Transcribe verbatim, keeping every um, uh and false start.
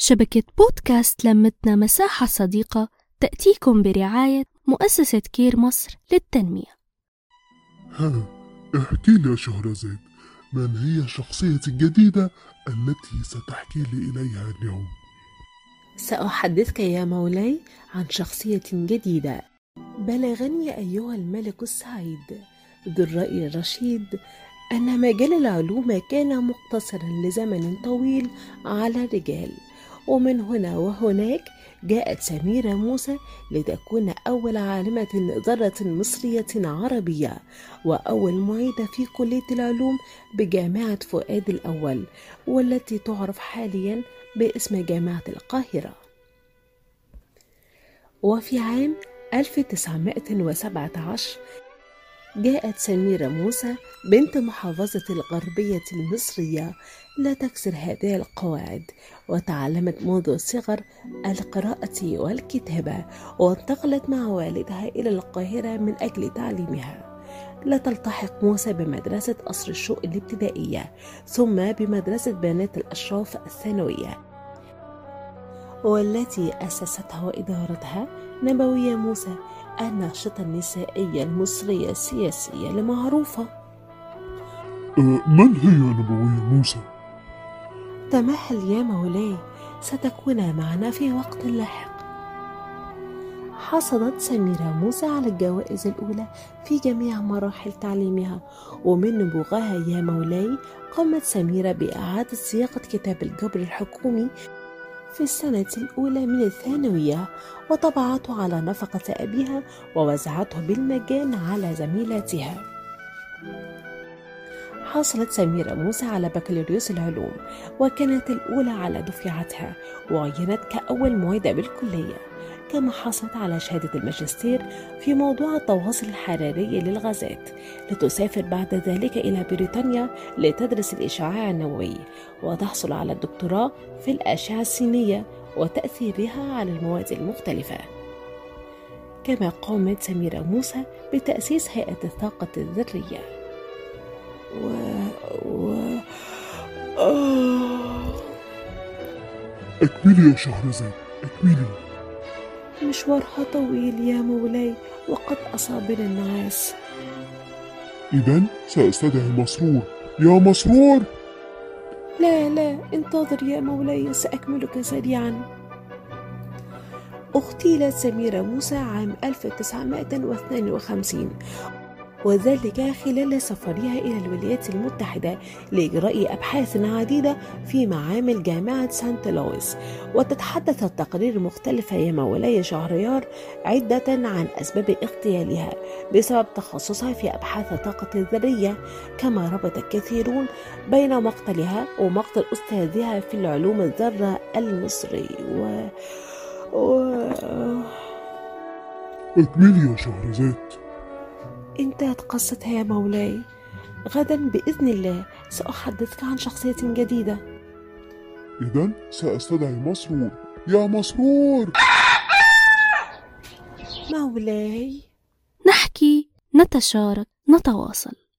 شبكة بودكاست لمتنا مساحة صديقة تأتيكم برعاية مؤسسة كير مصر للتنمية. ها، احكي لي يا شهرزاد، من هي الشخصية الجديدة التي ستحكي لي إليها اليوم؟ سأحدثك يا مولاي عن شخصية جديدة. بلغني أيها الملك السعيد ذو الرأي الرشيد أن مجال العلوم كان مقتصرا لزمن طويل على الرجال، ومن هنا وهناك جاءت سميرة موسى لتكون أول عالمة ذرة مصرية عربية وأول معيدة في كلية العلوم بجامعة فؤاد الأول، والتي تعرف حاليا باسم جامعة القاهرة. وفي عام ألف وتسعمائة وسبعة عشر جاءت سميرة موسى بنت محافظة الغربية المصرية لا تكسر هذه القواعد، وتعلمت منذ الصغر القراءة والكتابة، وانتقلت مع والدها إلى القاهرة من أجل تعليمها. لا تلتحق موسى بمدرسة قصر الشوق الابتدائية، ثم بمدرسة بنات الأشراف الثانوية، والتي أسستها وإدارتها نبوية موسى الناشطة النسائية المصرية السياسية المعروفة. أه من هي نبوية موسى؟ تمهل يا مولاي، ستكون معنا في وقت لاحق. حصلت سميرة موسى على الجوائز الأولى في جميع مراحل تعليمها، ومن نبوغها يا مولاي قامت سميرة بإعادة صياغة كتاب الجبر الحكومي في السنة الأولى من الثانوية، وطبعته على نفقة أبيها ووزعته بالمجان على زميلاتها. حصلت سميرة موسى على بكالوريوس العلوم، وكانت الأولى على دفعتها، وعينت كأول معيدة بالكلية. كما حصلت على شهادة الماجستير في موضوع التواصل الحراري للغازات، لتسافر بعد ذلك إلى بريطانيا لتدرس الإشعاع النووي، وتحصل على الدكتوراه في الأشعة السينية وتأثيرها على المواد المختلفة. كما قامت سميرة موسى بتأسيس هيئة الطاقة الذرية. و... و... آه... اكملي يا شهرزاد، اكملي. مشوارها طويل يا مولاي، وقد أصابنا النعاس. إذن سأستدعي مسرور. يا مسرور! لا لا انتظر يا مولاي، سأكملك سريعا. اغتيلت سميرة موسى عام ألف وتسعمائة واثنين وخمسين، وذلك خلال سفرها إلى الولايات المتحدة لإجراء أبحاث عديدة في معامل جامعة سانت لويس. وتتحدث التقارير المختلفة يا مولاي شهريار عدة عن أسباب اغتيالها بسبب تخصصها في أبحاث الطاقة الذرية، كما ربط الكثيرون بين مقتلها ومقتل أستاذها في العلوم الذرة المصري. و... و... اكملي يا شهرزاد. انتهت قصتها يا مولاي. غدا بإذن الله سأحدثك عن شخصية جديدة. إذن سأستدعي مسرور. يا مسرور! مولاي، نحكي، نتشارك، نتواصل.